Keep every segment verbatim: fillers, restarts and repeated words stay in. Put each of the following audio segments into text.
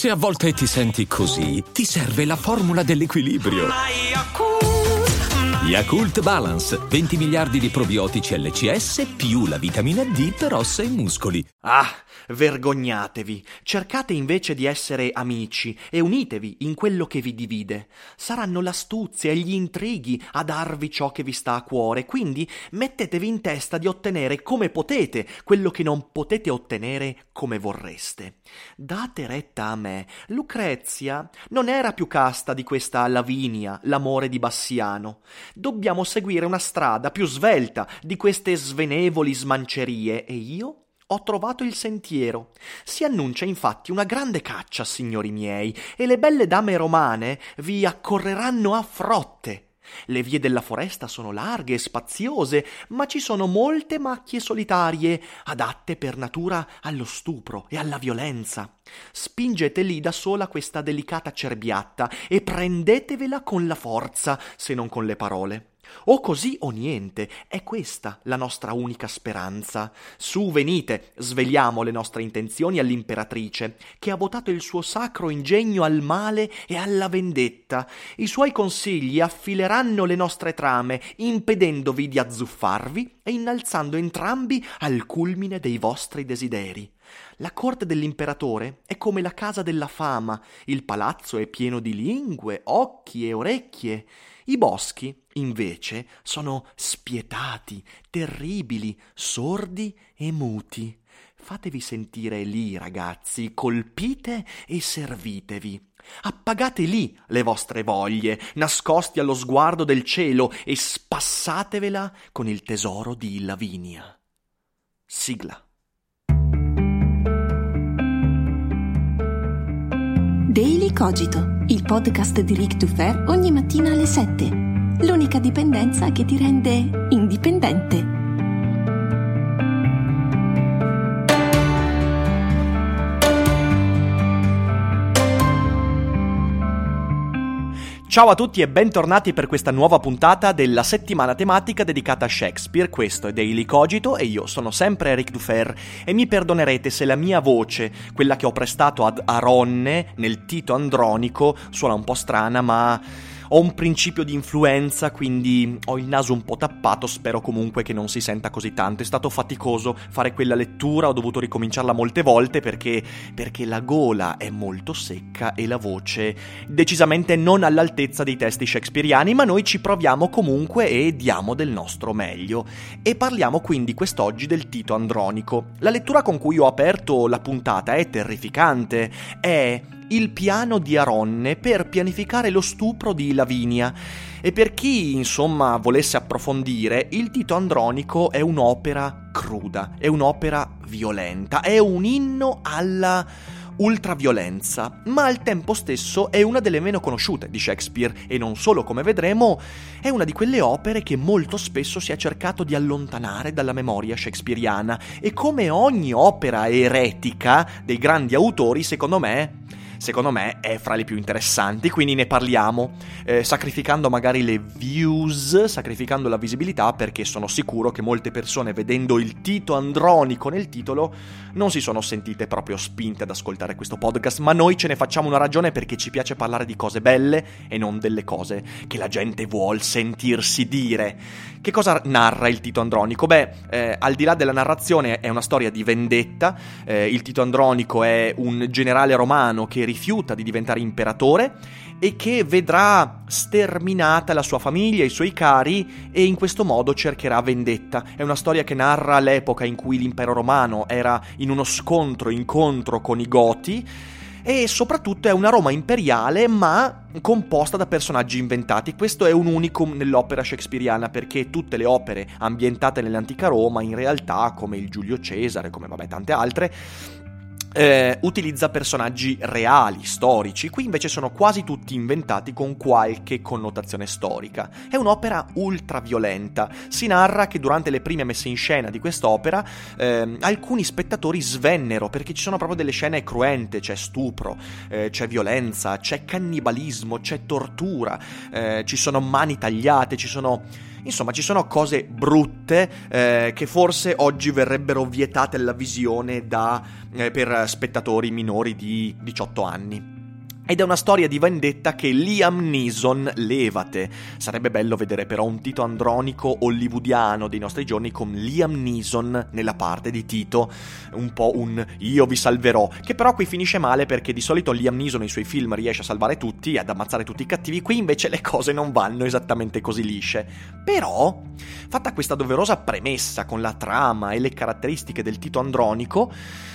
Se a volte ti senti così, ti serve la formula dell'equilibrio. Yakult Balance, venti miliardi di probiotici L C S più la vitamina D per ossa e muscoli. Ah, vergognatevi. Cercate invece di essere amici e unitevi in quello che vi divide. Saranno l'astuzia e gli intrighi a darvi ciò che vi sta a cuore, quindi mettetevi in testa di ottenere come potete quello che non potete ottenere come vorreste. Date retta a me. Lucrezia non era più casta di questa Lavinia, l'amore di Bassiano. Dobbiamo seguire una strada più svelta di queste svenevoli smancerie e io ho trovato il sentiero. Si annuncia infatti una grande caccia, signori miei, e le belle dame romane vi accorreranno a frotte. Le vie della foresta sono larghe e spaziose, ma ci sono molte macchie solitarie, adatte per natura allo stupro e alla violenza. Spingete lì da sola questa delicata cerbiatta e prendetevela con la forza, se non con le parole. O così o niente, è questa la nostra unica speranza. Su, venite, svegliamo le nostre intenzioni all'imperatrice, che ha votato il suo sacro ingegno al male e alla vendetta. I suoi consigli affileranno le nostre trame, impedendovi di azzuffarvi e innalzando entrambi al culmine dei vostri desideri. La corte dell'imperatore è come la casa della fama, il palazzo è pieno di lingue, occhi e orecchie. I boschi, invece, sono spietati, terribili, sordi e muti. Fatevi sentire lì, ragazzi, colpite e servitevi. Appagate lì le vostre voglie, nascosti allo sguardo del cielo, e spassatevela con il tesoro di Lavinia. Sigla. Daily Cogito, il podcast di Rick Dufer ogni mattina alle sette. L'unica dipendenza che ti rende indipendente. Ciao a tutti e bentornati per questa nuova puntata della settimana tematica dedicata a Shakespeare. Questo è Daily Cogito e io sono sempre Eric Dufer e mi perdonerete se la mia voce, quella che ho prestato ad Aronne nel Tito Andronico, suona un po' strana, ma ho un principio di influenza, quindi ho il naso un po' tappato, spero comunque che non si senta così tanto. È stato faticoso fare quella lettura, ho dovuto ricominciarla molte volte perché, perché la gola è molto secca e la voce decisamente non all'altezza dei testi shakespeariani, ma noi ci proviamo comunque e diamo del nostro meglio. E parliamo quindi quest'oggi del Tito Andronico. La lettura con cui ho aperto la puntata è terrificante, è il piano di Aronne per pianificare lo stupro di Lavinia. E per chi, insomma, volesse approfondire, il Tito Andronico è un'opera cruda, è un'opera violenta, è un inno alla ultraviolenza, ma al tempo stesso è una delle meno conosciute di Shakespeare e non solo, come vedremo, è una di quelle opere che molto spesso si è cercato di allontanare dalla memoria shakespeariana e come ogni opera eretica dei grandi autori, secondo me Secondo me è fra le più interessanti, quindi ne parliamo, eh, sacrificando magari le views, sacrificando la visibilità, perché sono sicuro che molte persone, vedendo il Tito Andronico nel titolo, non si sono sentite proprio spinte ad ascoltare questo podcast, ma noi ce ne facciamo una ragione perché ci piace parlare di cose belle e non delle cose che la gente vuol sentirsi dire. Che cosa narra il Tito Andronico? Beh, eh, al di là della narrazione è una storia di vendetta. eh, il Tito Andronico è un generale romano che rifiuta di diventare imperatore e che vedrà sterminata la sua famiglia, i suoi cari, e in questo modo cercherà vendetta. È una storia che narra l'epoca in cui l'impero romano era in uno scontro, incontro con i Goti, e soprattutto è una Roma imperiale ma composta da personaggi inventati. Questo è un unicum nell'opera shakespeariana, perché tutte le opere ambientate nell'antica Roma in realtà, come il Giulio Cesare, come vabbè tante altre, Eh, utilizza personaggi reali, storici. Qui invece sono quasi tutti inventati con qualche connotazione storica. È un'opera ultra violenta. Si narra che durante le prime messe in scena di quest'opera eh, alcuni spettatori svennero, perché ci sono proprio delle scene cruente, c'è stupro, eh, c'è violenza, c'è cannibalismo, c'è tortura, eh, ci sono mani tagliate, ci sono Insomma, ci sono cose brutte eh, che forse oggi verrebbero vietate alla visione da, eh, per spettatori minori di diciotto anni. Ed è una storia di vendetta che Liam Neeson levate. Sarebbe bello vedere però un Tito Andronico hollywoodiano dei nostri giorni con Liam Neeson nella parte di Tito, un po' un io vi salverò, che però qui finisce male perché di solito Liam Neeson nei suoi film riesce a salvare tutti, ad ammazzare tutti i cattivi, qui invece le cose non vanno esattamente così lisce. Però, fatta questa doverosa premessa con la trama e le caratteristiche del Tito Andronico,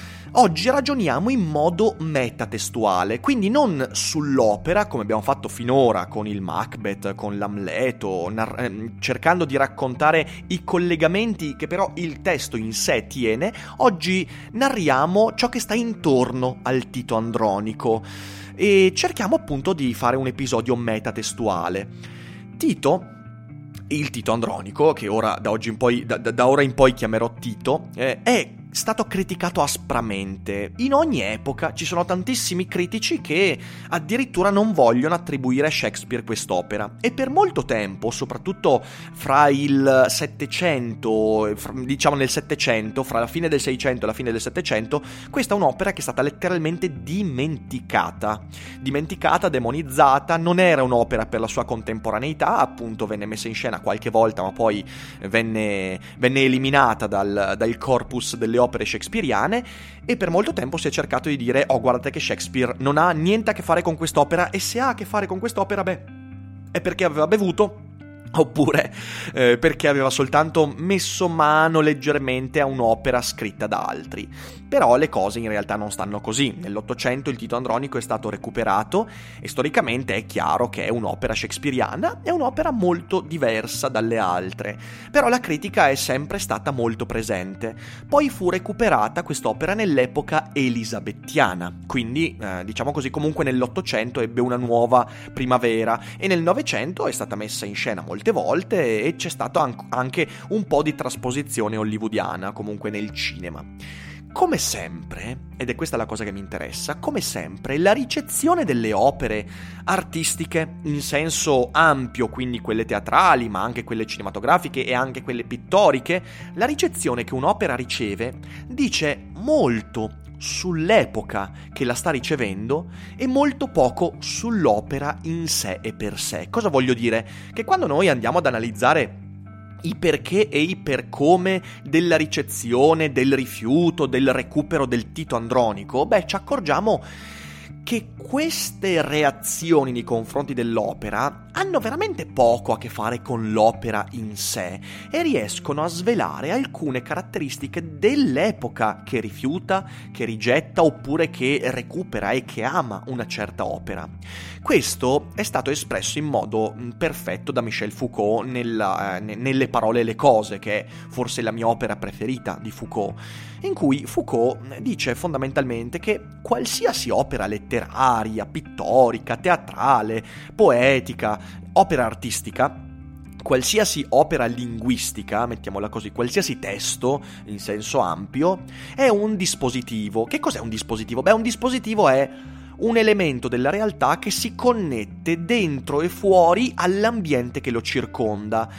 oggi ragioniamo in modo metatestuale, quindi non sull'opera come abbiamo fatto finora con il Macbeth, con l'Amleto, nar- ehm, cercando di raccontare i collegamenti che però il testo in sé tiene. Oggi narriamo ciò che sta intorno al Tito Andronico e cerchiamo appunto di fare un episodio metatestuale. Tito, il Tito Andronico, che ora da oggi in poi, da, da ora in poi chiamerò Tito, eh, è stato criticato aspramente. In ogni epoca ci sono tantissimi critici che addirittura non vogliono attribuire a Shakespeare quest'opera, e per molto tempo, soprattutto fra il Settecento, diciamo nel Settecento, fra la fine del Seicento e la fine del Settecento, questa è un'opera che è stata letteralmente dimenticata. Dimenticata, demonizzata, non era un'opera per la sua contemporaneità, appunto venne messa in scena qualche volta, ma poi venne, venne eliminata dal, dal corpus delle opere shakespeariane, e per molto tempo si è cercato di dire oh guardate che Shakespeare non ha niente a che fare con quest'opera, e se ha a che fare con quest'opera beh è perché aveva bevuto, oppure eh, perché aveva soltanto messo mano leggermente a un'opera scritta da altri. Però le cose in realtà non stanno così. Nell'Ottocento il Tito Andronico è stato recuperato e storicamente è chiaro che è un'opera shakespeariana, è un'opera molto diversa dalle altre, però la critica è sempre stata molto presente. Poi fu recuperata quest'opera nell'epoca elisabettiana, quindi eh, diciamo così, comunque nell'Ottocento ebbe una nuova primavera, e nel Novecento è stata messa in scena molte volte e c'è stato anche un po' di trasposizione hollywoodiana comunque nel cinema. Come sempre, ed è questa la cosa che mi interessa, come sempre la ricezione delle opere artistiche in senso ampio, quindi quelle teatrali ma anche quelle cinematografiche e anche quelle pittoriche, la ricezione che un'opera riceve dice molto sull'epoca che la sta ricevendo e molto poco sull'opera in sé e per sé. Cosa voglio dire? Che quando noi andiamo ad analizzare i perché e i per come della ricezione, del rifiuto, del recupero del Tito Andronico, beh, ci accorgiamo che queste reazioni nei confronti dell'opera hanno veramente poco a che fare con l'opera in sé e riescono a svelare alcune caratteristiche dell'epoca che rifiuta, che rigetta oppure che recupera e che ama una certa opera. Questo è stato espresso in modo perfetto da Michel Foucault nella, eh, nelle parole e le cose, che è forse la mia opera preferita di Foucault, in cui Foucault dice fondamentalmente che qualsiasi opera letteraria, pittorica, teatrale, poetica, opera artistica, qualsiasi opera linguistica, mettiamola così, qualsiasi testo in senso ampio, è un dispositivo. Che cos'è un dispositivo? Beh, un dispositivo è un elemento della realtà che si connette dentro e fuori all'ambiente che lo circonda,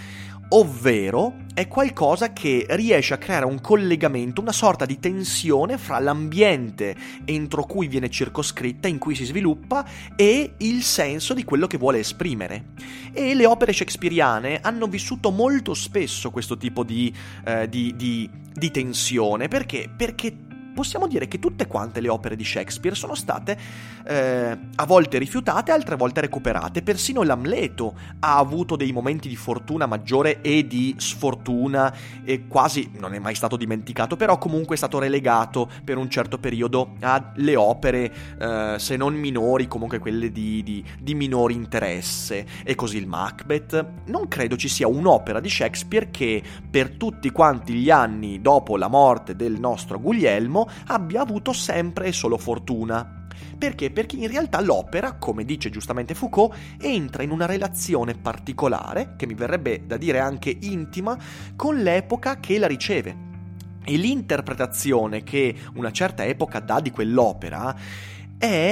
ovvero è qualcosa che riesce a creare un collegamento, una sorta di tensione fra l'ambiente entro cui viene circoscritta, in cui si sviluppa, e il senso di quello che vuole esprimere. E le opere shakespeariane hanno vissuto molto spesso questo tipo di, eh, di, di, di tensione. Perché? Perché possiamo dire che tutte quante le opere di Shakespeare sono state eh, a volte rifiutate, altre volte recuperate. Persino l'Amleto ha avuto dei momenti di fortuna maggiore e di sfortuna, e quasi non è mai stato dimenticato, però comunque è stato relegato per un certo periodo alle opere eh, se non minori, comunque quelle di, di, di minore interesse. E così il Macbeth. Non credo ci sia un'opera di Shakespeare che per tutti quanti gli anni dopo la morte del nostro Guglielmo abbia avuto sempre e solo fortuna. Perché? Perché in realtà l'opera, come dice giustamente Foucault, entra in una relazione particolare, che mi verrebbe da dire anche intima, con l'epoca che la riceve. E l'interpretazione che una certa epoca dà di quell'opera è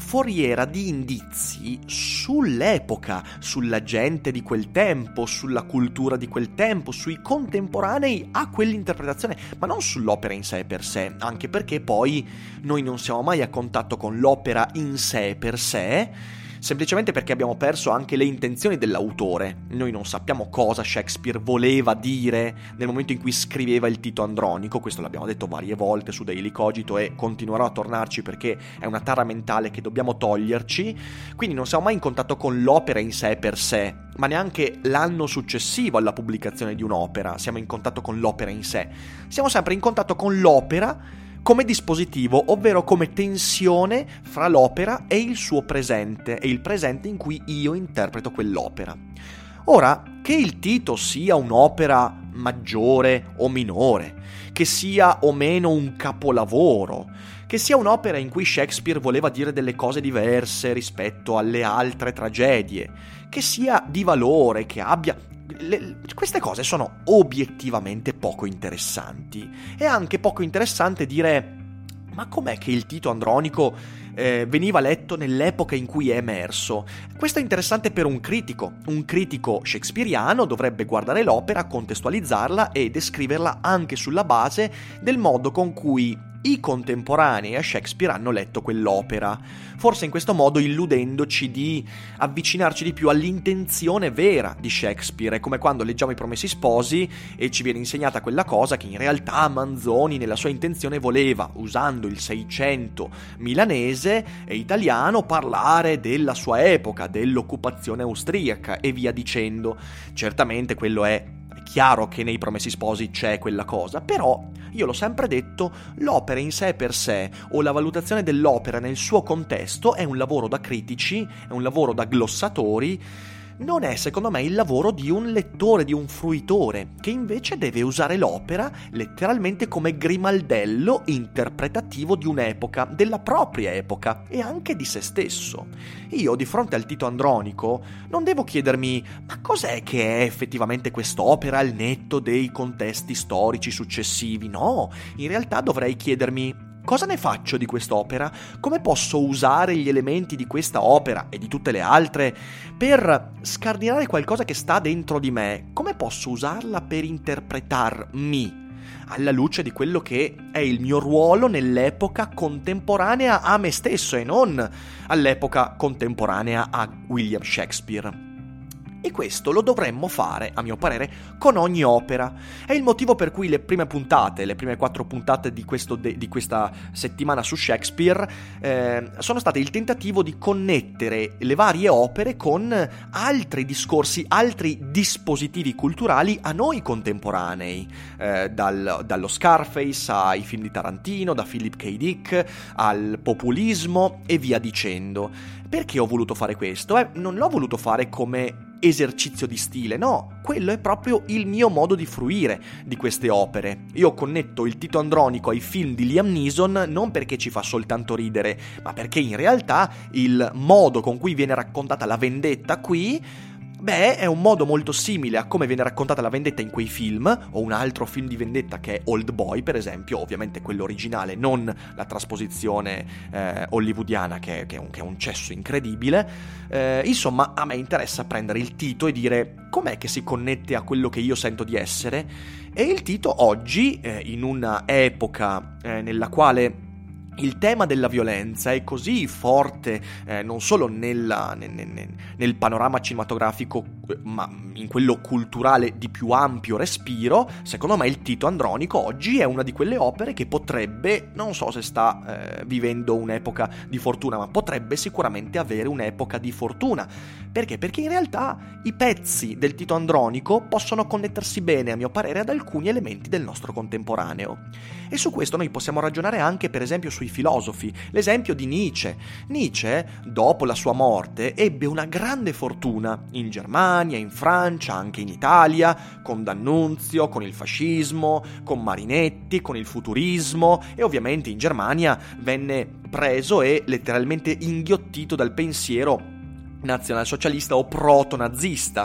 foriera di indizi sull'epoca, sulla gente di quel tempo, sulla cultura di quel tempo, sui contemporanei a quell'interpretazione, ma non sull'opera in sé per sé, anche perché poi noi non siamo mai a contatto con l'opera in sé per sé, semplicemente perché abbiamo perso anche le intenzioni dell'autore. Noi non sappiamo cosa Shakespeare voleva dire nel momento in cui scriveva il Tito Andronico, questo l'abbiamo detto varie volte su Daily Cogito e continuerò a tornarci perché è una tara mentale che dobbiamo toglierci, quindi non siamo mai in contatto con l'opera in sé per sé, ma neanche l'anno successivo alla pubblicazione di un'opera siamo in contatto con l'opera in sé, siamo sempre in contatto con l'opera come dispositivo, ovvero come tensione fra l'opera e il suo presente, e il presente in cui io interpreto quell'opera. Ora, che il Tito sia un'opera maggiore o minore, che sia o meno un capolavoro, che sia un'opera in cui Shakespeare voleva dire delle cose diverse rispetto alle altre tragedie, che sia di valore, che abbia... Le, queste cose sono obiettivamente poco interessanti. È anche poco interessante dire ma com'è che il Tito Andronico eh, veniva letto nell'epoca in cui è emerso. Questo è interessante per un critico. Un critico shakespeariano dovrebbe guardare l'opera, contestualizzarla e descriverla anche sulla base del modo con cui i contemporanei a Shakespeare hanno letto quell'opera, forse in questo modo illudendoci di avvicinarci di più all'intenzione vera di Shakespeare. È come quando leggiamo I Promessi Sposi e ci viene insegnata quella cosa che in realtà Manzoni nella sua intenzione voleva, usando il Seicento milanese e italiano, parlare della sua epoca, dell'occupazione austriaca e via dicendo. Certamente quello è chiaro che nei Promessi Sposi c'è quella cosa, però io l'ho sempre detto, l'opera in sé per sé o la valutazione dell'opera nel suo contesto è un lavoro da critici, è un lavoro da glossatori, non è secondo me il lavoro di un lettore, di un fruitore, che invece deve usare l'opera letteralmente come grimaldello interpretativo di un'epoca, della propria epoca e anche di se stesso. Io di fronte al Tito Andronico non devo chiedermi ma cos'è che è effettivamente quest'opera al netto dei contesti storici successivi, no, in realtà dovrei chiedermi cosa ne faccio di quest'opera? Come posso usare gli elementi di questa opera e di tutte le altre per scardinare qualcosa che sta dentro di me? Come posso usarla per interpretarmi alla luce di quello che è il mio ruolo nell'epoca contemporanea a me stesso e non all'epoca contemporanea a William Shakespeare? E questo lo dovremmo fare, a mio parere, con ogni opera. È il motivo per cui le prime puntate, le prime quattro puntate di, questo de- di questa settimana su Shakespeare eh, sono state il tentativo di connettere le varie opere con altri discorsi, altri dispositivi culturali a noi contemporanei, eh, dal, dallo Scarface ai film di Tarantino, da Philip K. Dick al populismo e via dicendo. Perché ho voluto fare questo? Eh, non l'ho voluto fare come esercizio di stile, no, quello è proprio il mio modo di fruire di queste opere. Io connetto il Tito Andronico ai film di Liam Neeson non perché ci fa soltanto ridere, ma perché in realtà il modo con cui viene raccontata la vendetta qui, beh, è un modo molto simile a come viene raccontata la vendetta in quei film, o un altro film di vendetta che è Old Boy, per esempio, ovviamente quello originale, non la trasposizione eh, hollywoodiana che, che, è un, che è un cesso incredibile. Eh, insomma, a me interessa prendere il Tito e dire com'è che si connette a quello che io sento di essere, e il Tito oggi, eh, in una epoca eh, nella quale il tema della violenza è così forte, eh, non solo nella, nel, nel, nel panorama cinematografico, ma in quello culturale di più ampio respiro. Secondo me il Tito Andronico oggi è una di quelle opere che potrebbe, non so se sta eh, vivendo un'epoca di fortuna, ma potrebbe sicuramente avere un'epoca di fortuna. Perché? Perché in realtà i pezzi del Tito Andronico possono connettersi bene, a mio parere, ad alcuni elementi del nostro contemporaneo. E su questo noi possiamo ragionare anche, per esempio, sui filosofi. L'esempio di Nietzsche. Nietzsche, dopo la sua morte, ebbe una grande fortuna in Germania, in Francia, anche in Italia, con D'Annunzio, con il fascismo, con Marinetti, con il futurismo, e ovviamente in Germania venne preso e letteralmente inghiottito dal pensiero nazionalsocialista o proto-nazista.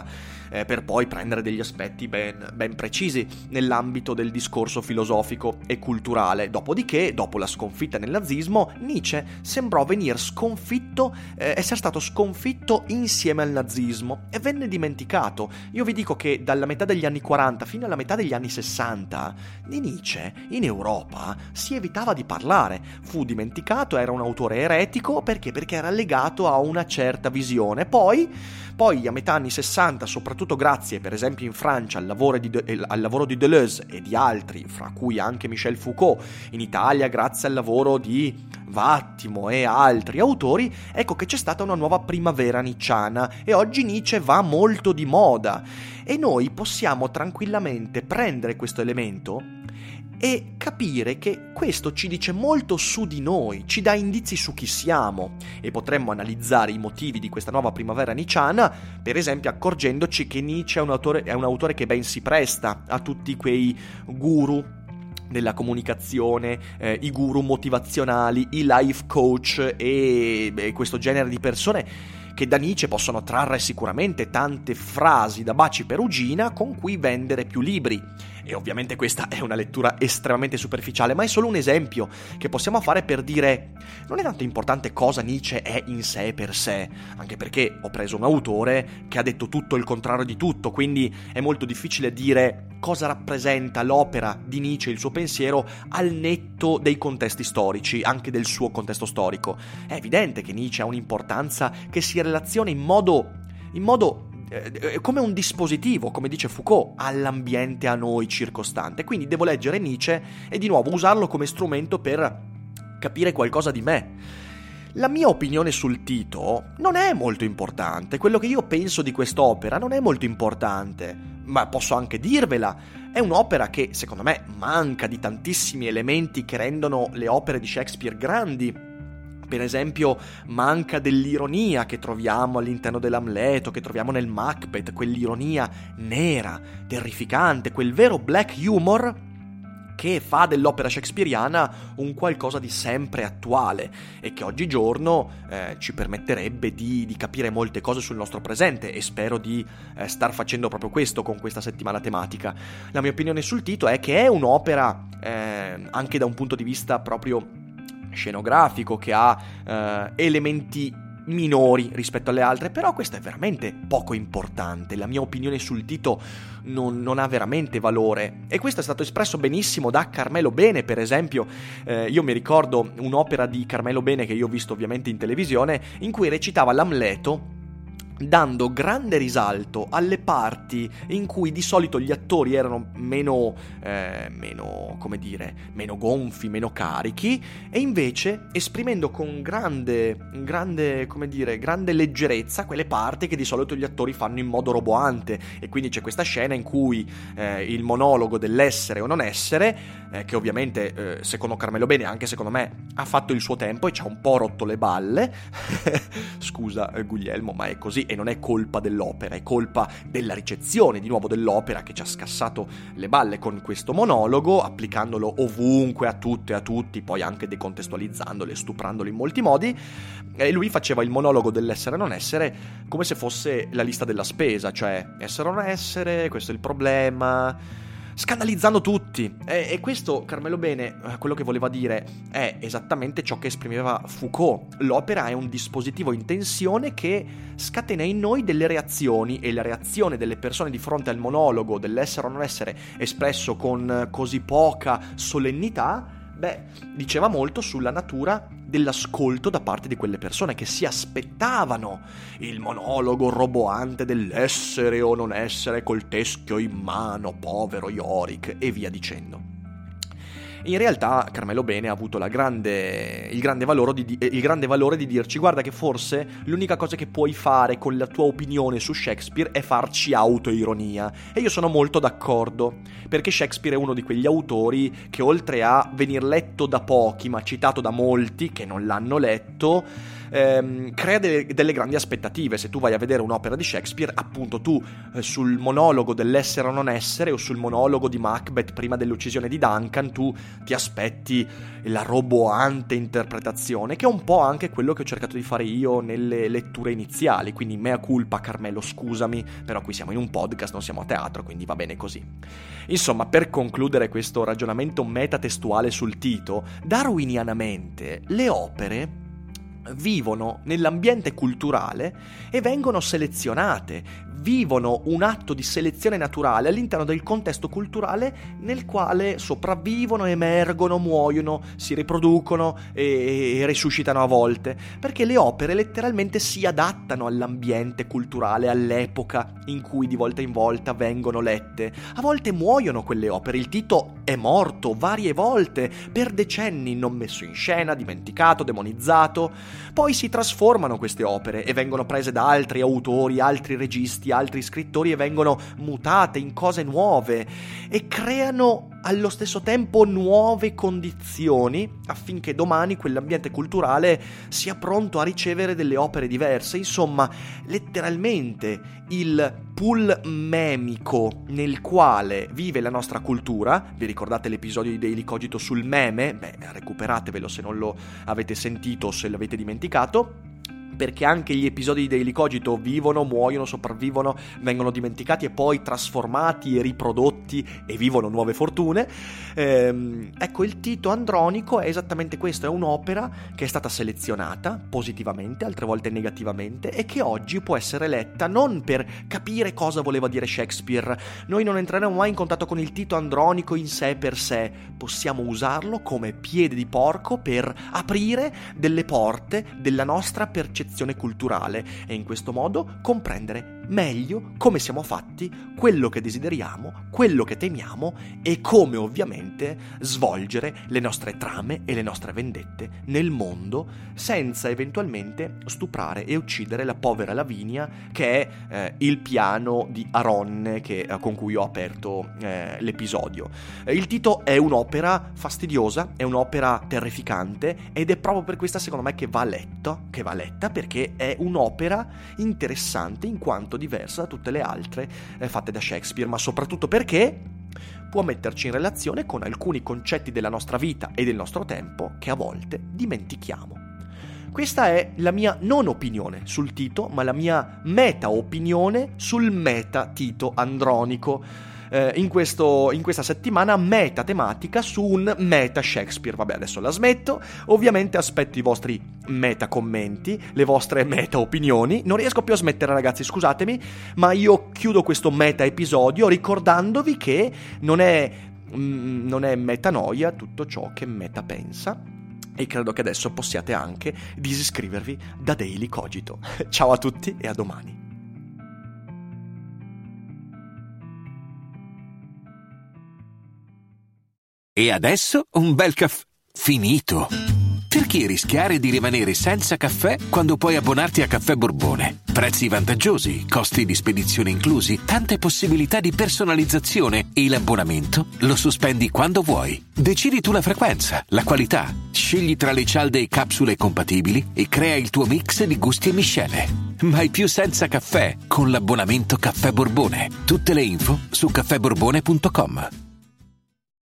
eh, per poi prendere degli aspetti ben, ben precisi nell'ambito del discorso filosofico e culturale. Dopodiché, dopo la sconfitta nel nazismo, Nietzsche sembrò venir sconfitto, eh, essere stato sconfitto insieme al nazismo e venne dimenticato. Io vi dico che dalla metà degli anni quaranta fino alla metà degli anni sessanta di Nietzsche in Europa si evitava di parlare. Fu dimenticato, era un autore eretico, perché? Perché era legato a una certa visione. Poi, poi a metà anni sessanta, soprattutto grazie per esempio in Francia al lavoro di, De- al lavoro di Deleuze e di altri, fra cui anche Michel Foucault, in Italia grazie al lavoro di Vattimo e altri autori, ecco che c'è stata una nuova primavera nietzschiana e oggi Nietzsche va molto di moda e noi possiamo tranquillamente prendere questo elemento e capire che questo ci dice molto su di noi, ci dà indizi su chi siamo, e potremmo analizzare i motivi di questa nuova primavera nietzschiana, per esempio accorgendoci che Nietzsche è un autore, è un autore che ben si presta a tutti quei guru della comunicazione, eh, i guru motivazionali, i life coach e beh, questo genere di persone che da Nietzsche possono trarre sicuramente tante frasi da baci perugina con cui vendere più libri. E ovviamente questa è una lettura estremamente superficiale, ma è solo un esempio che possiamo fare per dire non è tanto importante cosa Nietzsche è in sé per sé, anche perché ho preso un autore che ha detto tutto il contrario di tutto, quindi è molto difficile dire cosa rappresenta l'opera di Nietzsche, il suo pensiero, al netto dei contesti storici, anche del suo contesto storico. È evidente che Nietzsche ha un'importanza che si relaziona in modo, in modo eh, come un dispositivo, come dice Foucault, all'ambiente, a noi circostante. Quindi devo leggere Nietzsche e di nuovo usarlo come strumento per capire qualcosa di me. La mia opinione sul Tito non è molto importante, quello che io penso di quest'opera non è molto importante, ma posso anche dirvela. È un'opera che, secondo me, manca di tantissimi elementi che rendono le opere di Shakespeare grandi. Per esempio, manca dell'ironia che troviamo all'interno dell'Amleto, che troviamo nel Macbeth, quell'ironia nera, terrificante, quel vero black humor che fa dell'opera shakespeariana un qualcosa di sempre attuale e che oggigiorno eh, ci permetterebbe di, di capire molte cose sul nostro presente, e spero di eh, star facendo proprio questo con questa settimana tematica. La mia opinione sul Tito è che è un'opera eh, anche da un punto di vista proprio scenografico, che ha eh, elementi minori rispetto alle altre, però questo è veramente poco importante. La mia opinione sul Tito non, non ha veramente valore, e questo è stato espresso benissimo da Carmelo Bene, per esempio. Eh, io mi ricordo un'opera di Carmelo Bene che io ho visto ovviamente in televisione, in cui recitava l'Amleto dando grande risalto alle parti in cui di solito gli attori erano meno, eh, meno, come dire, meno gonfi, meno carichi, e invece esprimendo con grande, grande, come dire, grande leggerezza quelle parti che di solito gli attori fanno in modo roboante. E quindi c'è questa scena in cui eh, il monologo dell'essere o non essere, eh, che ovviamente eh, secondo Carmelo Bene, anche secondo me, ha fatto il suo tempo e ci ha un po' rotto le balle. Scusa eh, Guglielmo, ma è così. E non è colpa dell'opera, è colpa della ricezione di nuovo dell'opera, che ci ha scassato le balle con questo monologo, applicandolo ovunque, a tutte e a tutti, poi anche decontestualizzandolo e stuprandolo in molti modi. E lui faceva il monologo dell'essere e non essere come se fosse la lista della spesa, cioè essere o non essere, questo è il problema, scandalizzando tutti. E, e questo, Carmelo Bene, quello che voleva dire è esattamente ciò che esprimeva Foucault. L'opera è un dispositivo in tensione che scatena in noi delle reazioni, e la reazione delle persone di fronte al monologo dell'essere o non essere espresso con così poca solennità, beh, diceva molto sulla natura dell'ascolto da parte di quelle persone che si aspettavano il monologo roboante dell'essere o non essere col teschio in mano, povero Yorick, e via dicendo. In realtà Carmelo Bene ha avuto la grande, il, grande valore di, il grande valore di dirci: guarda che forse l'unica cosa che puoi fare con la tua opinione su Shakespeare è farci autoironia. E io sono molto d'accordo, perché Shakespeare è uno di quegli autori che, oltre a venir letto da pochi ma citato da molti che non l'hanno letto, ehm, crea de- delle grandi aspettative. Se tu vai a vedere un'opera di Shakespeare, appunto tu eh, sul monologo dell'essere o non essere, o sul monologo di Macbeth prima dell'uccisione di Duncan, tu ti aspetti la roboante interpretazione, che è un po' anche quello che ho cercato di fare io nelle letture iniziali, quindi mea culpa Carmelo, scusami, però qui siamo in un podcast, non siamo a teatro, quindi va bene così. Insomma, per concludere questo ragionamento metatestuale sul Tito, darwinianamente le opere vivono nell'ambiente culturale e vengono selezionate, vivono un atto di selezione naturale all'interno del contesto culturale nel quale sopravvivono, emergono, muoiono, si riproducono e, e risuscitano a volte, perché le opere letteralmente si adattano all'ambiente culturale, all'epoca in cui di volta in volta vengono lette. A volte muoiono quelle opere, il Tito è morto varie volte, per decenni non messo in scena, dimenticato, demonizzato. Poi si trasformano queste opere e vengono prese da altri autori, altri registi, altri scrittori e vengono mutate in cose nuove e creano allo stesso tempo nuove condizioni affinché domani quell'ambiente culturale sia pronto a ricevere delle opere diverse. Insomma, letteralmente il pool memico nel quale vive la nostra cultura. Vi ricordate l'episodio di Daily Cogito sul meme? Beh, recuperatevelo se non lo avete sentito o se l'avete dimenticato, perché anche gli episodi di Daily Cogito vivono, muoiono, sopravvivono, vengono dimenticati e poi trasformati e riprodotti e vivono nuove fortune. Ehm, ecco, il Tito Andronico è esattamente questo, è un'opera che è stata selezionata positivamente, altre volte negativamente, e che oggi può essere letta non per capire cosa voleva dire Shakespeare. Noi non entreremo mai in contatto con il Tito Andronico in sé per sé, possiamo usarlo come piede di porco per aprire delle porte della nostra percezione culturale e in questo modo comprendere meglio come siamo fatti, quello che desideriamo, quello che temiamo e come ovviamente svolgere le nostre trame e le nostre vendette nel mondo senza eventualmente stuprare e uccidere la povera Lavinia, che è eh, il piano di Aronne che, eh, con cui ho aperto eh, l'episodio. Eh, il Tito è un'opera fastidiosa, è un'opera terrificante ed è proprio per questa secondo me che va letta, che va letta perché è un'opera interessante in quanto diversa da tutte le altre eh, fatte da Shakespeare, ma soprattutto perché può metterci in relazione con alcuni concetti della nostra vita e del nostro tempo che a volte dimentichiamo. Questa è la mia non opinione sul Tito, ma la mia meta opinione sul meta Tito Andronico. Eh, in, questo, in questa settimana meta tematica su un meta Shakespeare. Vabbè, adesso la smetto. Ovviamente aspetto i vostri meta commenti, le vostre meta opinioni. Non riesco più a smettere, ragazzi, scusatemi, ma io chiudo questo meta episodio ricordandovi che non è, mm, non è metanoia tutto ciò che meta pensa. E credo che adesso possiate anche disiscrivervi da Daily Cogito. Ciao a tutti e a domani. E adesso un bel caffè finito. Perché rischiare di rimanere senza caffè quando puoi abbonarti a Caffè Borbone? Prezzi vantaggiosi, costi di spedizione inclusi, tante possibilità di personalizzazione e l'abbonamento lo sospendi quando vuoi. Decidi tu la frequenza, la qualità, scegli tra le cialde e capsule compatibili e crea il tuo mix di gusti e miscele. Mai più senza caffè con l'abbonamento Caffè Borbone. Tutte le info su caffè borbone punto com.